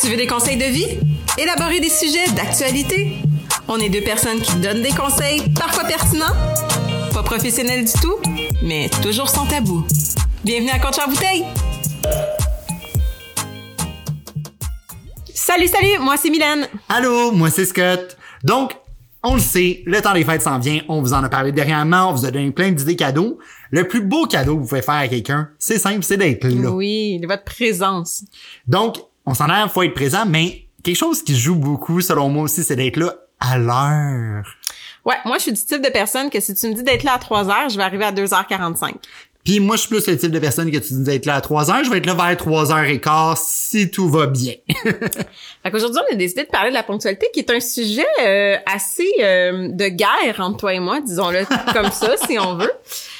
Tu veux des conseils de vie? Élaborer des sujets d'actualité? On est deux personnes qui donnent des conseils, parfois pertinents, pas professionnels du tout, mais toujours sans tabou. Bienvenue à Coach en bouteille! Salut, moi c'est Mylène. Allô, moi c'est Scott. Donc, on le sait, le temps des fêtes s'en vient, on vous en a parlé dernièrement, on vous a donné plein d'idées cadeaux. Le plus beau cadeau que vous pouvez faire à quelqu'un, c'est simple, c'est d'être là. Oui, de votre présence. Donc, on s'en faut être présent, mais quelque chose qui joue beaucoup, selon moi aussi, c'est d'être là à l'heure. Ouais, moi je suis du type de personne que si tu me dis d'être là à 3h, je vais arriver à 2h45. Puis moi, je suis plus le type de personne que tu dis d'être là à 3h, je vais être là vers 3h15 si tout va bien. Fait qu'aujourd'hui, on a décidé de parler de la ponctualité, qui est un sujet assez de guerre entre toi et moi, disons-le comme ça, si on veut.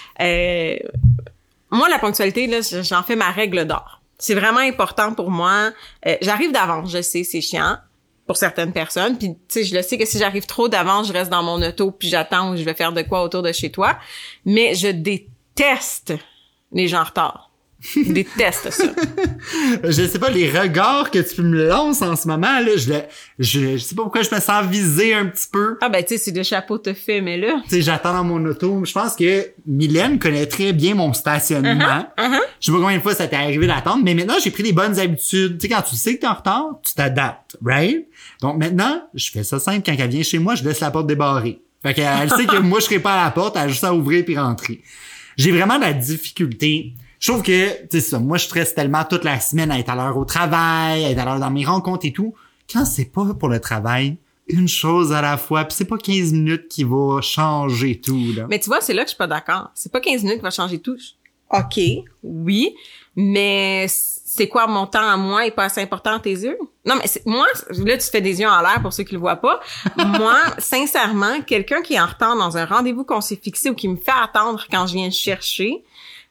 Moi, la ponctualité, là, j'en fais ma règle d'or. C'est vraiment important pour moi. J'arrive d'avance, je sais, c'est chiant pour certaines personnes. Puis, tu sais, je le sais que si j'arrive trop d'avance, je reste dans mon auto, puis j'attends ou je vais faire de quoi autour de chez toi. Mais je déteste les gens en retard. Je déteste ça. Je sais pas, les regards que tu me lances en ce moment, là, je sais pas pourquoi je me sens visé un petit peu. Ah ben, tu sais, c'est le chapeau te fait, mais là... Tu sais, j'attends dans mon auto. Je pense que Mylène connaît très bien mon stationnement. Je sais pas combien de fois ça t'est arrivé d'attendre, mais maintenant, j'ai pris les bonnes habitudes. Tu sais, quand tu sais que t'es en retard, tu t'adaptes, right? Donc maintenant, je fais ça simple. Quand elle vient chez moi, je laisse la porte débarrée. Fait qu'elle sait que moi, je serai pas à la porte, elle a juste à ouvrir puis rentrer. J'ai vraiment de la difficulté. Je trouve que, tu sais ça, moi je stresse tellement toute la semaine à être à l'heure au travail, à être à l'heure dans mes rencontres et tout. Quand c'est pas pour le travail, une chose à la fois, puis c'est pas 15 minutes qui va changer tout, là. Mais tu vois, c'est là que je suis pas d'accord. C'est pas 15 minutes qui va changer tout. OK, oui, mais c'est quoi mon temps à moi est pas assez important à tes yeux? Non, mais moi, là, tu fais des yeux en l'air pour ceux qui le voient pas. Moi, sincèrement, quelqu'un qui est en retard dans un rendez-vous qu'on s'est fixé ou qui me fait attendre quand je viens le chercher,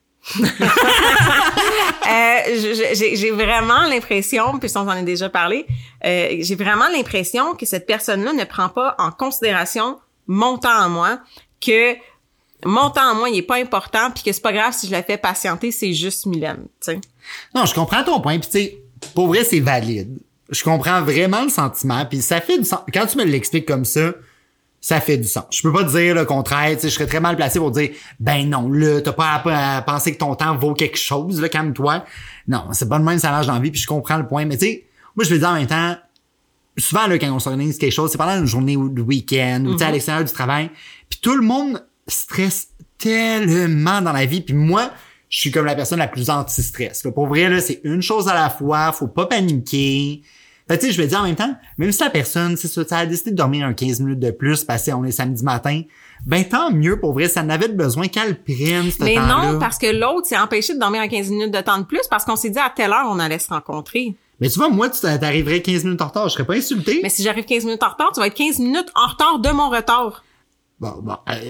j'ai vraiment l'impression, puis on en a déjà parlé, j'ai vraiment l'impression que cette personne-là ne prend pas en considération mon temps à moi, que mon temps à moi, il est pas important, puis que c'est pas grave si je la fais patienter, c'est juste Mylène, tu sais. Non, je comprends ton point, puis tu sais, pour vrai, c'est valide. Je comprends vraiment le sentiment, puis ça fait du sens. Quand tu me l'expliques comme ça fait du sens. Je peux pas te dire le contraire, tu sais, je serais très mal placé pour dire, ben non, là, t'as pas à penser que ton temps vaut quelque chose, là, calme-toi. Non, c'est pas le même, ça marche dans la vie, puis je comprends le point, mais tu sais, moi, je le dis en même temps, souvent, là, quand on s'organise quelque chose, c'est pendant une journée ou le week-end, ou tu sais, à l'extérieur du travail, puis tout le monde stresse tellement dans la vie, puis moi, je suis comme la personne la plus anti-stress. Là. Pour vrai, là, c'est une chose à la fois, faut pas paniquer. Fait tu sais, je vais dire en même temps, même si la personne, c'est ça, a décidé de dormir un 15 minutes de plus parce qu'on est samedi matin, ben tant mieux, pour vrai, ça n'avait besoin qu'elle prenne ce mais temps-là. Mais non, parce que l'autre s'est empêché de dormir un 15 minutes de temps de plus parce qu'on s'est dit à telle heure on allait se rencontrer. Mais tu vois, moi, tu t'arriverais 15 minutes en retard, je serais pas insulté. Mais si j'arrive 15 minutes en retard, tu vas être 15 minutes en retard de mon retard. Bon,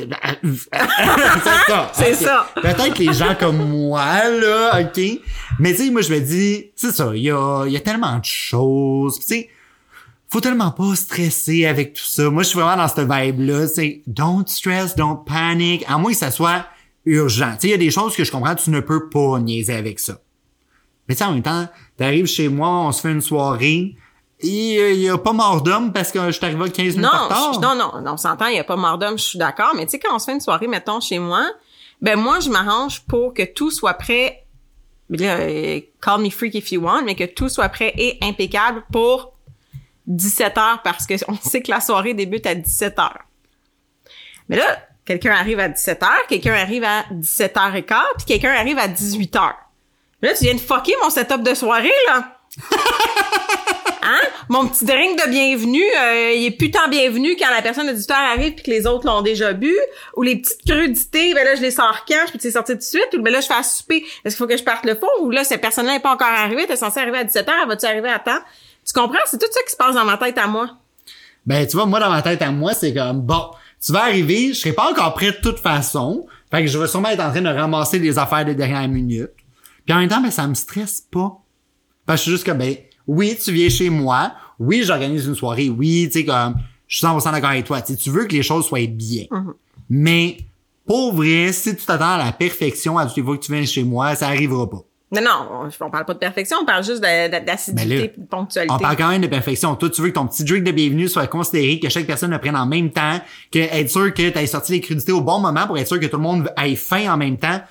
c'est ça. C'est ça. Peut-être les gens comme moi, là, OK. Mais tu sais, moi, je me dis, c'est ça, il y a tellement de choses. Tu sais, faut tellement pas stresser avec tout ça. Moi, je suis vraiment dans cette vibe-là. C'est don't stress, don't panic. À moins que ça soit urgent. Tu sais, il y a des choses que je comprends, tu ne peux pas niaiser avec ça. Mais tu sais, en même temps, t'arrives chez moi, on se fait une soirée. Et il y a pas mort d'homme parce que je suis arrivé à 15 minutes en retard. Non, on s'entend, il y a pas mort d'homme, je suis d'accord. Mais tu sais, quand on se fait une soirée, mettons, chez moi, ben moi, je m'arrange pour que tout soit prêt. Là, call me freak if you want, mais que tout soit prêt et impeccable pour 17h parce que on sait que la soirée débute à 17h. Mais là, quelqu'un arrive à 17h, quelqu'un arrive à 17h15, puis quelqu'un arrive à 18h. Là, tu viens de fucker mon setup de soirée, là. Hein? Mon petit drink de bienvenue, il est plus tant bienvenu quand la personne de 18h arrive puis que les autres l'ont déjà bu. Ou les petites crudités, ben là, je les sors quand? Je peux les sortir tout de suite? Ou ben là, je fais à souper. Est-ce qu'il faut que je parte le four? Ou là, cette personne-là n'est pas encore arrivée. T'es censée arriver à 17h. Elle va-tu arriver à temps? Tu comprends? C'est tout ça qui se passe dans ma tête à moi. Ben, tu vois, moi, dans ma tête à moi, c'est comme, bon, tu vas arriver, je serai pas encore prêt de toute façon. Fait que je vais sûrement être en train de ramasser les affaires des dernières minutes. Puis en même temps, ben, ça me stresse pas. Parce que je suis juste comme, ben, oui, tu viens chez moi. Oui, j'organise une soirée. Oui, tu sais, comme, je suis 100% d'accord avec toi. Tu sais, tu veux que les choses soient bien. Mais, pour vrai, si tu t'attends à la perfection à toutes les fois que tu viens chez moi, ça arrivera pas. Non, on parle pas de perfection, on parle juste d'acidité et de ponctualité. On parle quand même de perfection. Toi, tu veux que ton petit drink de bienvenue soit considéré, que chaque personne le prenne en même temps, que être sûr que t'aies sorti les crudités au bon moment pour être sûr que tout le monde ait faim en même temps.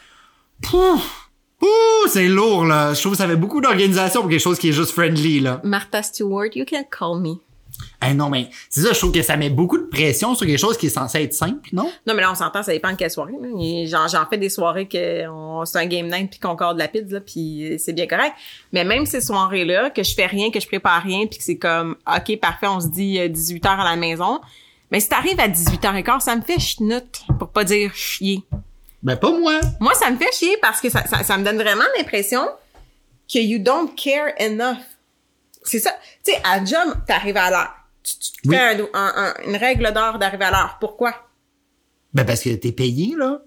C'est lourd, là. Je trouve que ça fait beaucoup d'organisation pour quelque chose qui est juste friendly, là. Martha Stewart, you can call me. Non, mais c'est ça, je trouve que ça met beaucoup de pression sur quelque chose qui est censé être simple, non? Non, mais là, on s'entend, ça dépend de quelle soirée. J'en fais des soirées que c'est un game night puis qu'on corde de la pizza, là, puis c'est bien correct. Mais même ces soirées-là, que je fais rien, que je prépare rien, puis que c'est comme, OK, parfait, on se dit 18h à la maison. Mais si t'arrives à 18h15, ça me fait chenoute, pour pas dire chier. Ben, pas moi. Moi, ça me fait chier parce que ça me donne vraiment l'impression que you don't care enough. C'est ça. Tu sais, à job, t'arrives à l'heure. Tu fais une règle d'or d'arriver à l'heure. Pourquoi? Ben, parce que t'es payé, là.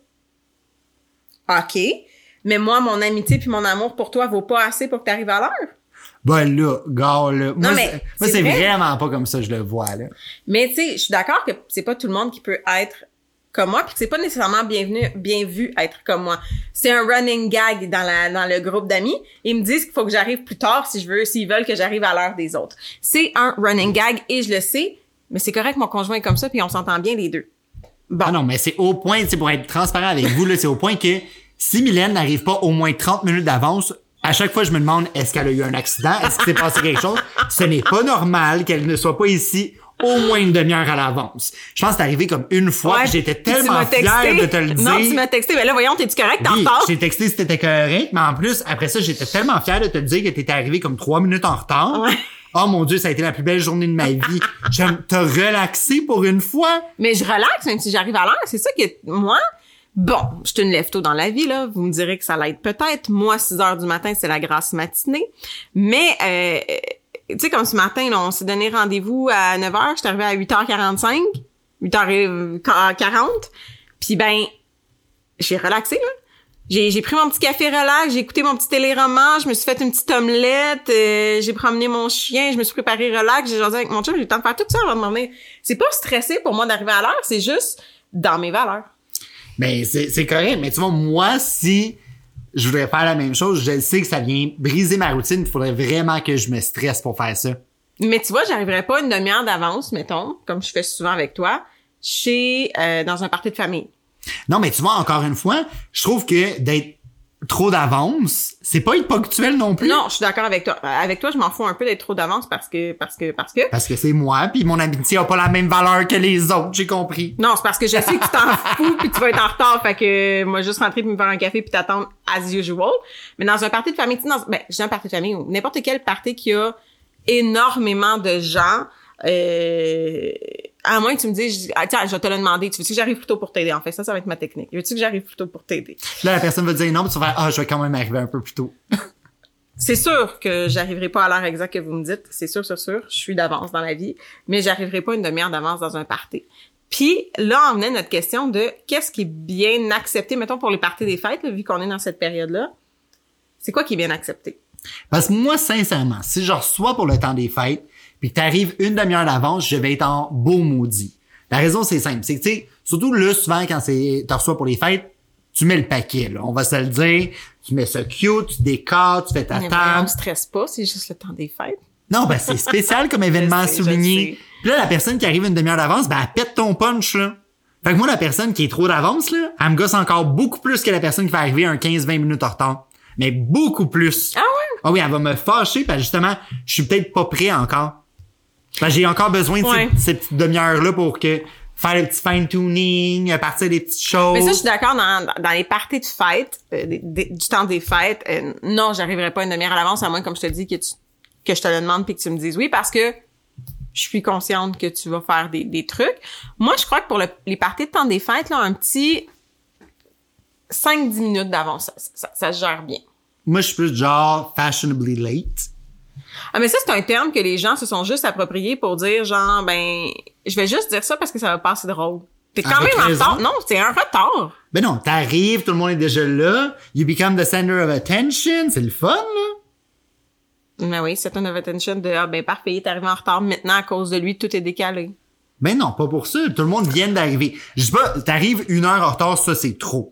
OK. Mais moi, mon amitié puis mon amour pour toi vaut pas assez pour que t'arrives à l'heure? Ben là, gars, là. Non, moi, c'est vraiment pas comme ça que je le vois, là. Mais tu sais, je suis d'accord que c'est pas tout le monde qui peut être comme moi, puis que c'est pas nécessairement bien vu être comme moi. C'est un running gag dans le groupe d'amis. Ils me disent qu'il faut que j'arrive plus tard s'ils veulent que j'arrive à l'heure des autres. C'est un running gag et je le sais, mais c'est correct, mon conjoint est comme ça puis on s'entend bien les deux. Bon. Ah non, mais c'est au point, c'est pour être transparent avec vous, là, c'est au point que si Mylène n'arrive pas au moins 30 minutes d'avance, à chaque fois, je me demande, est-ce qu'elle a eu un accident? Est-ce qu'il s'est passé quelque chose? Ce n'est pas normal qu'elle ne soit pas ici au moins une demi-heure à l'avance. Je pense que c'est arrivé comme une fois, ouais, j'étais tellement fière de te le dire. Non, tu m'as texté, mais là, voyons, t'es-tu correct? T'es en Oui, retard? j'ai texté si t'étais correct, mais en plus, après ça, j'étais tellement fière de te dire que t'étais arrivé comme 3 minutes en retard. Ouais. Oh mon Dieu, ça a été la plus belle journée de ma vie. J'aime te relaxer pour une fois. Mais je relaxe même si j'arrive à l'heure. C'est ça que moi, bon, je suis une lève-tôt dans la vie, là. Vous me direz que ça l'aide peut-être. Moi, 6h du matin, c'est la grasse matinée. Mais, tu sais, comme ce matin, là, on s'est donné rendez-vous à 9h. Je suis arrivée à 8h45. 8h40. Puis ben, j'ai relaxé, là. J'ai pris mon petit café relax, j'ai écouté mon petit téléroman, je me suis fait une petite omelette, j'ai promené mon chien, je me suis préparé relax, j'ai jasé avec mon chum, j'ai eu le temps de faire tout ça avant de m'emmener. C'est pas stressé pour moi d'arriver à l'heure, c'est juste dans mes valeurs. Ben, c'est correct, mais tu vois, moi, si je voudrais faire la même chose, je sais que ça vient briser ma routine, il faudrait vraiment que je me stresse pour faire ça. Mais tu vois, j'arriverais pas une demi-heure d'avance, mettons, comme je fais souvent avec toi, dans un party de famille. Non, mais tu vois, encore une fois, je trouve que d'être trop d'avance, c'est pas être ponctuel non plus. Non, je suis d'accord avec toi. Avec toi, je m'en fous un peu d'être trop d'avance parce que. Parce que c'est moi, puis mon amitié a pas la même valeur que les autres, j'ai compris. Non, c'est parce que je sais que tu t'en fous puis tu vas être en retard, fait que moi juste rentrer puis me faire un café puis t'attendre as usual. Mais dans un party de famille, je dis un party de famille ou n'importe quel party qui a énormément de gens, à moins que tu me dises, tiens, je vais te le demander, tu veux-tu que j'arrive plus tôt pour t'aider? En fait, ça va être ma technique. Veux-tu que j'arrive plus tôt pour t'aider? Là, la personne va dire non, mais tu vas faire, je vais quand même arriver un peu plus tôt. C'est sûr que j'arriverai pas à l'heure exacte que vous me dites. C'est sûr. Je suis d'avance dans la vie. Mais j'arriverai pas une demi-heure d'avance dans un party. Puis, là, on venait notre question de qu'est-ce qui est bien accepté, mettons, pour les parties des fêtes, là, vu qu'on est dans cette période-là. C'est quoi qui est bien accepté? Parce que moi, sincèrement, si je reçois pour le temps des fêtes, puis que t'arrives une demi-heure d'avance, je vais être en beau maudit. La raison, c'est simple. C'est que, tu sais, surtout là, souvent, quand t'en reçois pour les fêtes, tu mets le paquet, là. On va se le dire. Tu mets ça cute, tu décores, tu fais ta table. On stresse pas, c'est juste le temps des fêtes. Non, ben, c'est spécial comme événement à souligner. Puis là, la personne qui arrive une demi-heure d'avance, ben, elle pète ton punch, là. Fait que moi, la personne qui est trop d'avance, là, elle me gosse encore beaucoup plus que la personne qui va arriver un 15-20 minutes en retard. Mais beaucoup plus. Ah ouais? Ah oui, elle va me fâcher parce que justement, je suis peut-être pas prêt encore. Ben, j'ai encore besoin de cette petite demi-heure-là pour que faire le petit fine-tuning, partir des petites choses. Mais ça, je suis d'accord dans les parties de fête, du temps des fêtes. Non, j'arriverai pas une demi-heure à l'avance, à moins, comme je te dis, que je te le demande puis que tu me dises oui, parce que je suis consciente que tu vas faire des trucs. Moi, je crois que pour les parties de temps des fêtes, là, un petit 5-10 minutes d'avance, ça se gère bien. Moi, je suis plus genre fashionably late. Ah, mais ça, c'est un terme que les gens se sont juste appropriés pour dire, genre, ben, je vais juste dire ça parce que ça va passer drôle. T'es quand même en retard. Non, c'est un retard. Ben non, t'arrives, tout le monde est déjà là. You become the center of attention. C'est le fun, là. Ben oui, center of attention de, ben, parfait, t'es arrivé en retard. Maintenant, à cause de lui, tout est décalé. Ben non, pas pour ça. Tout le monde vient d'arriver. Je sais pas, t'arrives 1 heure en retard, ça, c'est trop.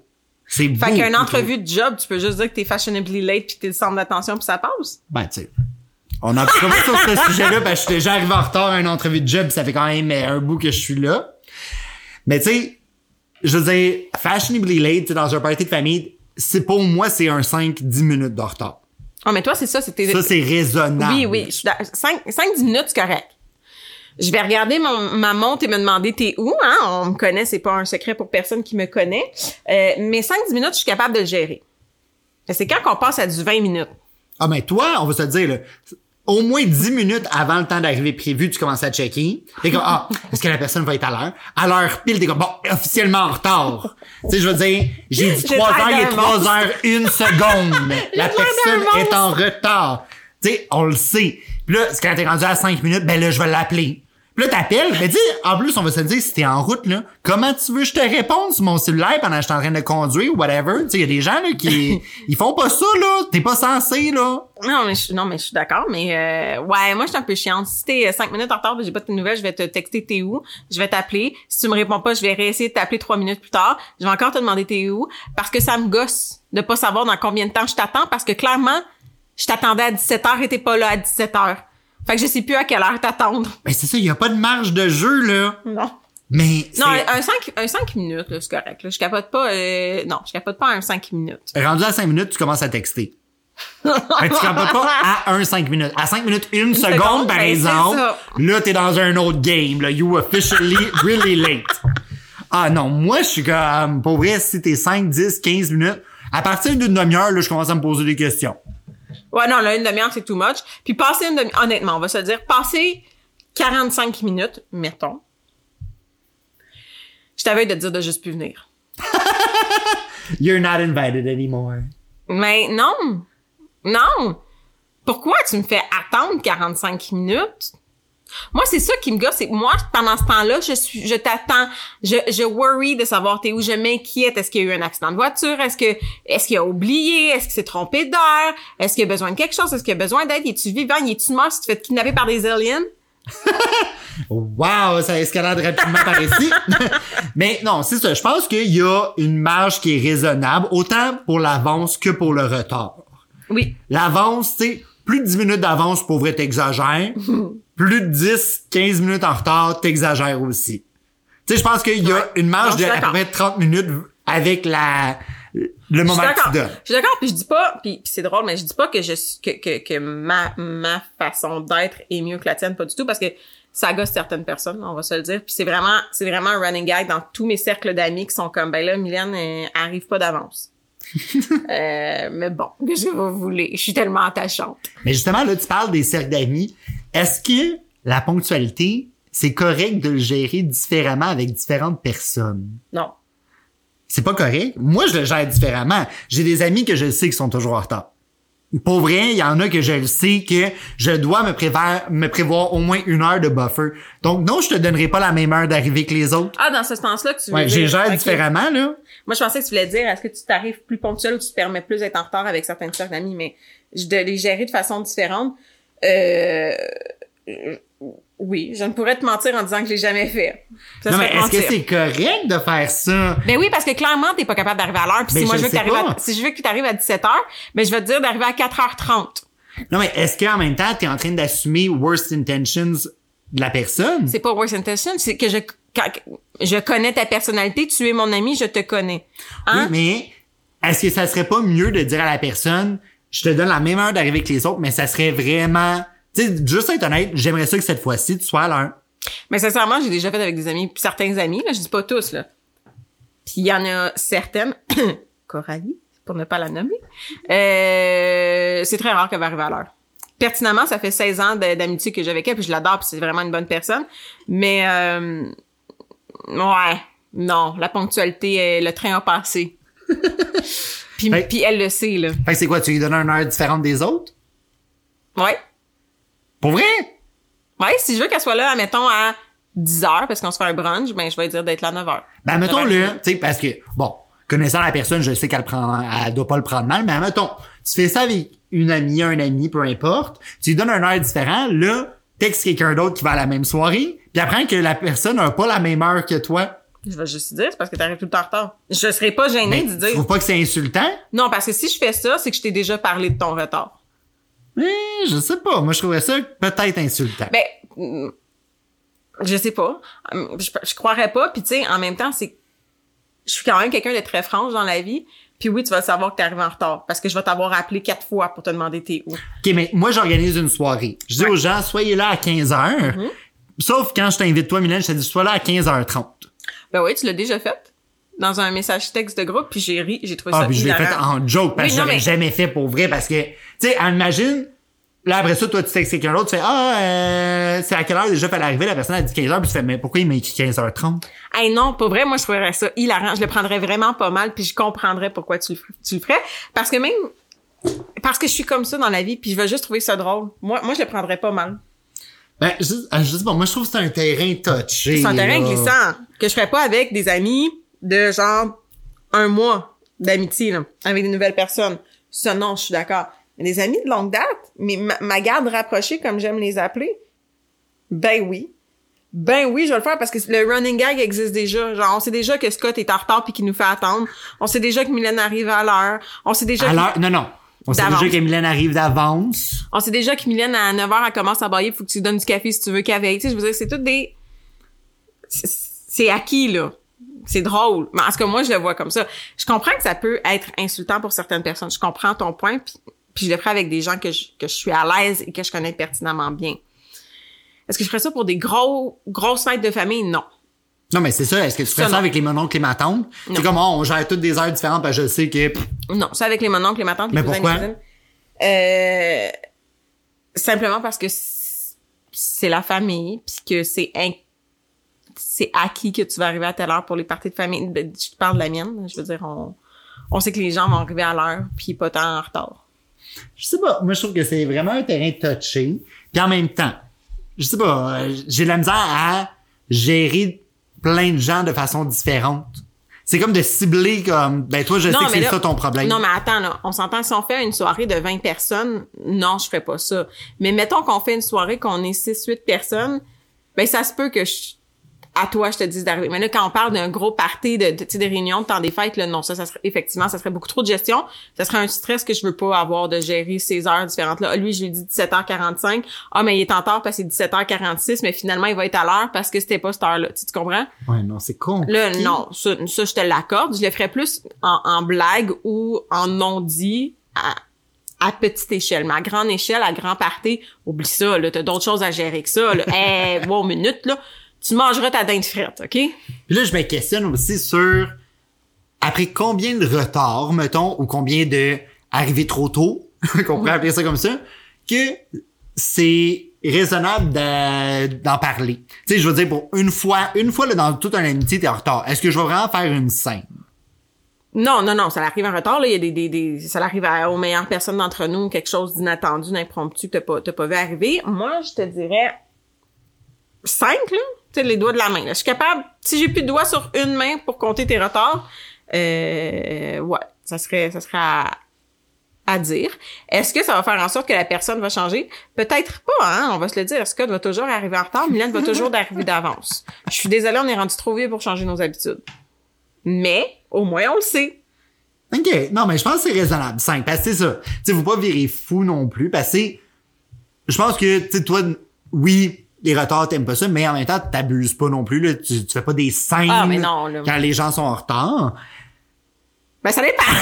C'est beau. Fait qu'une entrevue de job, tu peux juste dire que t'es fashionably late puis que t'es le centre d'attention puis ça passe. Ben, tu sais. On a commencé sur ce sujet-là parce que j'étais déjà arrivé en retard à une entrevue de job pis ça fait quand même un bout que je suis là. Mais tu sais, je veux dire, fashionably late, dans un party de famille, pour moi, c'est un 5-10 minutes de retard. Oh, mais toi, c'est ça, c'était... Ça, c'est raisonnable. Oui. 5-10 minutes, c'est correct. Je vais regarder ma montre et me demander t'es où, hein? On me connaît, c'est pas un secret pour personne qui me connaît. Mais 5-10 minutes, je suis capable de le gérer. C'est quand qu'on passe à du 20 minutes. Ah, mais toi, on va se le dire, là, au moins 10 minutes avant le temps d'arriver prévu, tu commences à checker. T'es comme, est-ce que la personne va être à l'heure? À l'heure pile, t'es comme, bon, officiellement en retard. Tu sais, je veux dire, j'ai dit 3 heures, il est 3 heures, 1 seconde. La personne est en retard. Tu sais, on le sait. Puis là, quand t'es rendu à 5 minutes, ben là, je vais l'appeler. Puis là, t'appelles, mais dis, en plus, on va se le dire, si t'es en route, là, comment tu veux que je te réponde sur mon cellulaire pendant que je suis en train de conduire ou whatever? Tu sais, il y a des gens, là, qui, ils font pas ça, là. T'es pas censé, là. Non, mais je suis d'accord, mais ouais, moi, je suis un peu chiante. Si t'es 5 minutes en retard, j'ai pas de tes nouvelles, je vais te texter t'es où, je vais t'appeler. Si tu me réponds pas, je vais réessayer de t'appeler 3 minutes plus tard. Je vais encore te demander t'es où, parce que ça me gosse de pas savoir dans combien de temps je t'attends, parce que clairement, je t'attendais à 17h et t'es pas là à 17h. Fait que je sais plus à quelle heure t'attendre. Ben c'est ça, il y a pas de marge de jeu, là. Non. Mais non, un 5 minutes, là, c'est correct. Là. Je capote pas un 5 minutes. Rendu à 5 minutes, tu commences à texter. Fait que tu capotes pas à un 5 minutes. À 5 minutes, 1 seconde, par exemple, là, t'es dans un autre game, là. You officially really late. Ah non, moi, je suis comme, pour vrai, si t'es 5, 10, 15 minutes, à partir d'une demi-heure, là, je commence à me poser des questions. Ouais, non, là, une demi-heure, c'est too much. Puis passer une demi-heure, honnêtement, on va se le dire, passer 45 minutes, mettons, je t'avais de te dire de juste plus venir. You're not invited anymore. Mais non! Pourquoi tu me fais attendre 45 minutes? Moi, c'est ça qui me gosse, c'est que moi, pendant ce temps-là, je t'attends, je worry de savoir t'es où, je m'inquiète. Est-ce qu'il y a eu un accident de voiture? Est-ce qu'il a oublié? Est-ce qu'il s'est trompé d'heure? Est-ce qu'il a besoin de quelque chose? Est-ce qu'il a besoin d'aide? Es-tu vivant? Es-tu mort si tu te fais kidnapper par des aliens? Wow, ça escalade rapidement par ici. Mais non, c'est ça. Je pense qu'il y a une marge qui est raisonnable, autant pour l'avance que pour le retard. Oui. L'avance, tu sais, plus de 10 minutes d'avance, pour vrai, t'exagères. Plus de 10, 15 minutes en retard, t'exagères aussi. Tu sais, je pense qu'il y a une marge de à peu près 30 minutes avec le moment que tu donnes. Je suis d'accord, puis je dis pas, puis c'est drôle, mais je dis pas que ma façon d'être est mieux que la tienne, pas du tout, parce que ça gosse certaines personnes, on va se le dire. Puis c'est vraiment un running gag dans tous mes cercles d'amis qui sont comme, ben là, Mylène, arrive pas d'avance. Mais bon, qu'est-ce que vous voulez? Je suis tellement attachante. Mais justement, là, tu parles des cercles d'amis. Est-ce que la ponctualité, c'est correct de le gérer différemment avec différentes personnes? Non. C'est pas correct. Moi, je le gère différemment. J'ai des amis que je sais qui sont toujours en retard. Pour vrai, il y en a que je le sais que je dois me prévoir au moins 1 heure de buffer. Donc non, je te donnerai pas la même heure d'arrivée que les autres. Ah, dans ce sens-là que tu veux dire. Ouais, je gère différemment, là. Moi, je pensais que tu voulais dire, est-ce que tu t'arrives plus ponctuel ou tu te permets plus d'être en retard avec certains cercles d'amis, mais de les gérer de façon différente. Oui, je ne pourrais te mentir en disant que je l'ai jamais fait. Non, mais est-ce que c'est correct de faire ça? Ben oui, parce que clairement, t'es pas capable d'arriver à l'heure. Puis si moi, si je veux que tu arrives à 17h, ben je vais te dire d'arriver à 4h30. Non, mais est-ce qu'en même temps, t'es en train d'assumer worst intentions de la personne? C'est pas worst intentions, c'est que je connais ta personnalité, tu es mon ami, je te connais. Hein? Oui, mais est-ce que ça serait pas mieux de dire à la personne, je te donne la même heure d'arriver que les autres, mais ça serait vraiment... Tu sais, juste être honnête, j'aimerais ça que cette fois-ci, tu sois à l'heure. Mais sincèrement, j'ai déjà fait avec des amis, certains amis, là, je dis pas tous, là. Puis il y en a certaines, Coralie, pour ne pas la nommer, c'est très rare qu'elle va arriver à l'heure. Pertinemment, ça fait 16 ans d'amitié que j'ai avec elle, puis je l'adore, puis c'est vraiment une bonne personne. Mais, ouais, non, la ponctualité, le train a passé. Puis elle le sait, là. Fait que c'est quoi, tu lui donnes une heure différente des autres? Ouais. Pour vrai? Ouais, si je veux qu'elle soit là, admettons, à 10h, parce qu'on se fait un brunch, ben, je vais lui dire d'être là à 9h. Ben, mettons là, tu sais, parce que, bon, connaissant la personne, je sais qu'elle doit pas le prendre mal, mais mettons, tu fais ça avec une amie, un ami, peu importe, tu lui donnes un heure différent, là, texte quelqu'un d'autre qui va à la même soirée, puis apprends que la personne n'a pas la même heure que toi. Je vais juste dire, c'est parce que t'arrives tout le temps en retard. Je serais pas gênée Mais de tu dire. trouves pas que c'est insultant? Non, parce que si je fais ça, c'est que je t'ai déjà parlé de ton retard. Je sais pas. Moi, je trouverais ça peut-être insultant. Ben, je sais pas. Je croirais pas. Puis tu sais, en même temps, je suis quand même quelqu'un de très franche dans la vie. Puis oui, tu vas savoir que t'es arrivé en retard parce que je vais t'avoir appelé 4 fois pour te demander t'es où. OK, mais moi, j'organise une soirée. Je dis aux gens, soyez là à 15h. Sauf quand je t'invite toi, Mylène, je te dis, sois là à 15h30. Ben oui, tu l'as déjà fait. Dans un message texte de groupe, puis j'ai ri, j'ai trouvé ça Puis je l'ai hilarant. fait en joke parce que j'aurais jamais fait pour vrai parce que, tu sais, imagine, là, après ça, toi, tu textes quelqu'un d'autre, tu fais, c'est à quelle heure déjà fallait arriver? La personne a dit 15h, puis tu fais, mais pourquoi il m'a écrit 15h30? Hey non, pas vrai, moi je trouverais ça hilarant. Je le prendrais vraiment pas mal, puis je comprendrais pourquoi tu le ferais. Parce que je suis comme ça dans la vie, puis je vais juste trouver ça drôle. Moi je le prendrais pas mal. Ben, je sais pas, moi, je trouve que c'est un terrain touché. C'est un terrain là. glissant que je ferais pas avec des amis de genre 1 mois d'amitié, là, avec des nouvelles personnes. Ça, non, je suis d'accord. Mais des amis de longue date, mais ma garde rapprochée, comme j'aime les appeler, ben oui, je vais le faire parce que le running gag existe déjà. Genre, on sait déjà que Scott est en retard puis qu'il nous fait attendre. On sait déjà que Mylène arrive à l'heure. On sait déjà À l'heure? Non. On sait déjà que Mylène arrive d'avance. On sait déjà que Mylène, à 9h, elle commence à bailler, faut que tu lui donnes du café si tu veux qu'elle veille. Tu sais, je veux dire, c'est tout des... C'est acquis, là. C'est drôle. Mais en tout cas, moi, je le vois comme ça. Je comprends que ça peut être insultant pour certaines personnes. Je comprends ton point, puis je le ferai avec des gens que je suis à l'aise et que je connais pertinemment bien. Est-ce que je ferais ça pour des grosses fêtes de famille? Non. Non, mais c'est ça. Est-ce que tu ferais ça avec les mononcles et ma tante? C'est comme, on gère toutes des heures différentes parce que je sais que... Non, ça avec les mononcles, les ma tante, les mais cousins, pourquoi? les cousines. Simplement parce que c'est la famille, puis que c'est acquis que tu vas arriver à telle heure pour les parties de famille. Je te parle de la mienne. Je veux dire, on sait que les gens vont arriver à l'heure, puis pas tant en retard. Je sais pas. Moi, je trouve que c'est vraiment un terrain touché. Puis en même temps, je sais pas, j'ai de la misère à gérer plein de gens de façon différente. C'est comme de cibler comme, ben toi, je sais que c'est ça ton problème. Non, mais attends, là, on s'entend, si on fait une soirée de 20 personnes, non, je ferais pas ça. Mais mettons qu'on fait une soirée qu'on est 6-8 personnes, ben ça se peut que à toi, je te dise d'arriver. Mais là, quand on parle d'un gros party de réunions, de temps des fêtes, là, non, ça serait, effectivement, ça serait beaucoup trop de gestion. Ça serait un stress que je veux pas avoir de gérer ces heures différentes-là. Ah, lui, je lui dis 17h45. Ah, mais il est en retard parce que c'est 17h46, mais finalement, il va être à l'heure parce que c'était pas cette heure-là. Tu comprends? Ouais, non, c'est con. Là, non, ça, je te l'accorde. Je le ferais plus en blague ou en non-dit à petite échelle. Mais à grande échelle, à grand party, oublie ça, là, t'as d'autres choses à gérer que ça, là. Bon, minute, là. Tu mangeras ta dinde frite, OK? Puis là, je me questionne aussi sur après combien de retard, mettons, ou combien de arrivés trop tôt, qu'on pourrait appeler ça comme ça, que c'est raisonnable d'en parler. Tu sais, je veux dire, pour une fois là, dans toute une amitié, t'es en retard. Est-ce que je vais vraiment faire une scène? Non, ça arrive en retard, là. Il y a ça arrive aux meilleures personnes d'entre nous, quelque chose d'inattendu, d'impromptu que t'as pas vu arriver. Moi, je te dirais 5, là. Tu sais, les doigts de la main, là. Je suis capable, si j'ai plus de doigts sur une main pour compter tes retards, ouais, ça serait à dire. Est-ce que ça va faire en sorte que la personne va changer? Peut-être pas, hein, on va se le dire. Scott va toujours arriver en retard, Mylène va toujours arriver d'avance. Je suis désolée, on est rendu trop vieux pour changer nos habitudes. Mais, au moins, on le sait. OK. Non, mais je pense que c'est raisonnable. 5. Parce que c'est ça. Tu sais, faut pas virer fou non plus. Parce que je pense que, tu sais, toi, oui, les retards, t'aimes pas ça, mais en même temps, t'abuses pas non plus, là. Tu fais pas des scènes mais non, là. quand les gens sont en retard. Ben, ça dépend.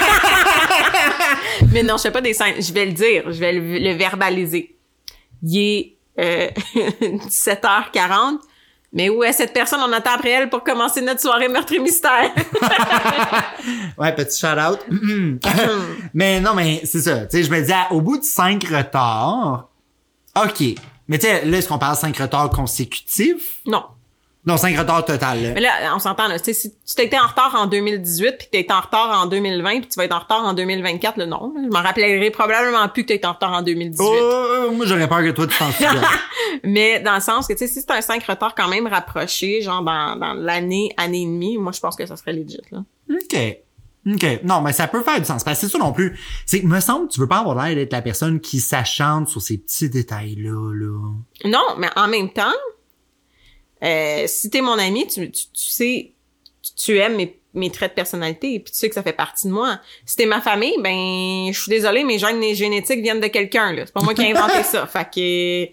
Mais non, je fais pas des scènes. Je vais le dire. Je vais le verbaliser. Il est 17h40. Mais où est cette personne? On attend après elle pour commencer notre soirée meurtre et mystère. Ouais, petit shout-out. Mais non, mais c'est ça. Tu sais, je me dis, au bout de 5 retards, OK. Mais tu sais, là, est-ce qu'on parle 5 retards consécutifs? Non. Non, 5 retards total, là. Mais là, on s'entend, là. Tu sais, si tu t'étais en retard en 2018 puis t'es en retard en 2020 puis tu vas être en retard en 2024, là, non. Je m'en rappellerai probablement plus que t'es en retard en 2018. Moi, j'aurais peur que toi, tu t'en souviennes. Mais dans le sens que, tu sais, si c'est un 5 retards quand même rapproché, genre dans l'année et demie, moi, je pense que ça serait legit, là. OK. Non, mais ça peut faire du sens. Parce que c'est ça non plus. C'est, me semble, tu veux pas avoir l'air d'être la personne qui s'achante sur ces petits détails-là, là. Non, mais en même temps, si t'es mon ami, tu sais tu aimes mes traits de personnalité et puis tu sais que ça fait partie de moi. Si t'es ma famille, ben je suis désolée, mes gènes génétiques viennent de quelqu'un, là. C'est pas moi qui ai inventé ça. Fait que...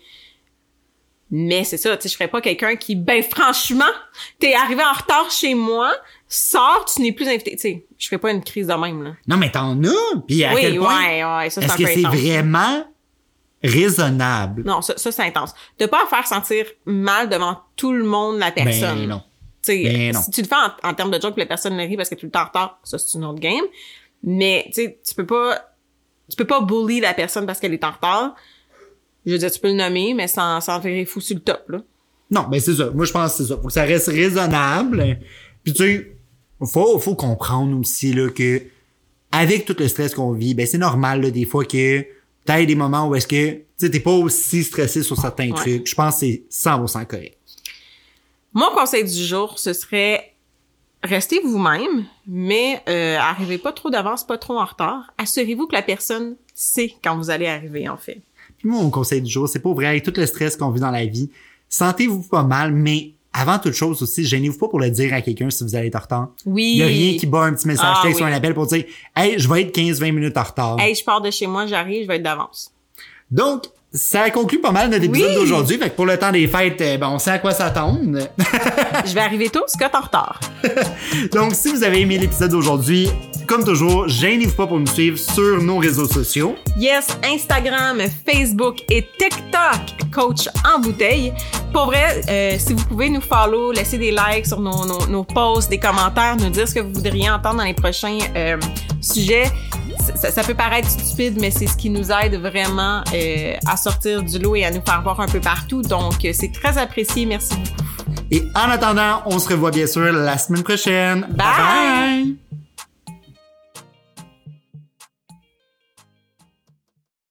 Mais c'est ça, tu sais, je ferais pas quelqu'un qui, ben franchement, t'es arrivé en retard chez moi, sors, tu n'es plus invité. Tu sais, je ferais pas une crise de même, là. Non, mais t'en as, puis à quel point... Ouais, ça, c'est est-ce un que peu c'est intense. Vraiment raisonnable? Non, ça c'est intense. De pas faire sentir mal devant tout le monde la personne. Ben non. T'sais, si tu le fais en termes de joke que la personne le rit parce que tu es tout le temps en retard, ça c'est une autre game. Mais tu sais, tu peux pas bully la personne parce qu'elle est en retard. Je veux dire, tu peux le nommer, mais sans faire fou sur le top, là. Non, ben c'est ça. Moi, je pense que c'est ça. Faut que ça reste raisonnable. Puis tu sais, faut comprendre aussi là que avec tout le stress qu'on vit, ben c'est normal là, des fois que t'as des moments où est-ce que tu sais t'es pas aussi stressé sur certains trucs. Je pense que c'est 100% correct. Mon conseil du jour, ce serait restez vous-même, mais arrivez pas trop d'avance, pas trop en retard. Assurez-vous que la personne sait quand vous allez arriver, en fait. Puis moi, mon conseil du jour, c'est pas vrai, avec tout le stress qu'on vit dans la vie, sentez-vous pas mal, mais avant toute chose aussi, gênez-vous pas pour le dire à quelqu'un si vous allez être en retard. Oui. Il y a rien qui bat un petit message texte ou un appel pour dire « Hey, je vais être 15-20 minutes en retard. » Hey, je pars de chez moi, j'arrive, je vais être d'avance. Donc, ça conclut pas mal notre épisode d'aujourd'hui. Fait que pour le temps des fêtes, ben, on sait à quoi s'attendre. Je vais arriver tôt, Scott en retard. Donc, si vous avez aimé l'épisode d'aujourd'hui, comme toujours, gênez-vous pas pour nous suivre sur nos réseaux sociaux. Yes, Instagram, Facebook et TikTok, Coach en bouteille. Pour vrai, si vous pouvez nous follow, laisser des likes sur nos posts, des commentaires, nous dire ce que vous voudriez entendre dans les prochains sujets. Ça peut paraître stupide, mais c'est ce qui nous aide vraiment à sortir du lot et à nous faire voir un peu partout. Donc, c'est très apprécié. Merci beaucoup. Et en attendant, on se revoit bien sûr la semaine prochaine. Bye! Bye!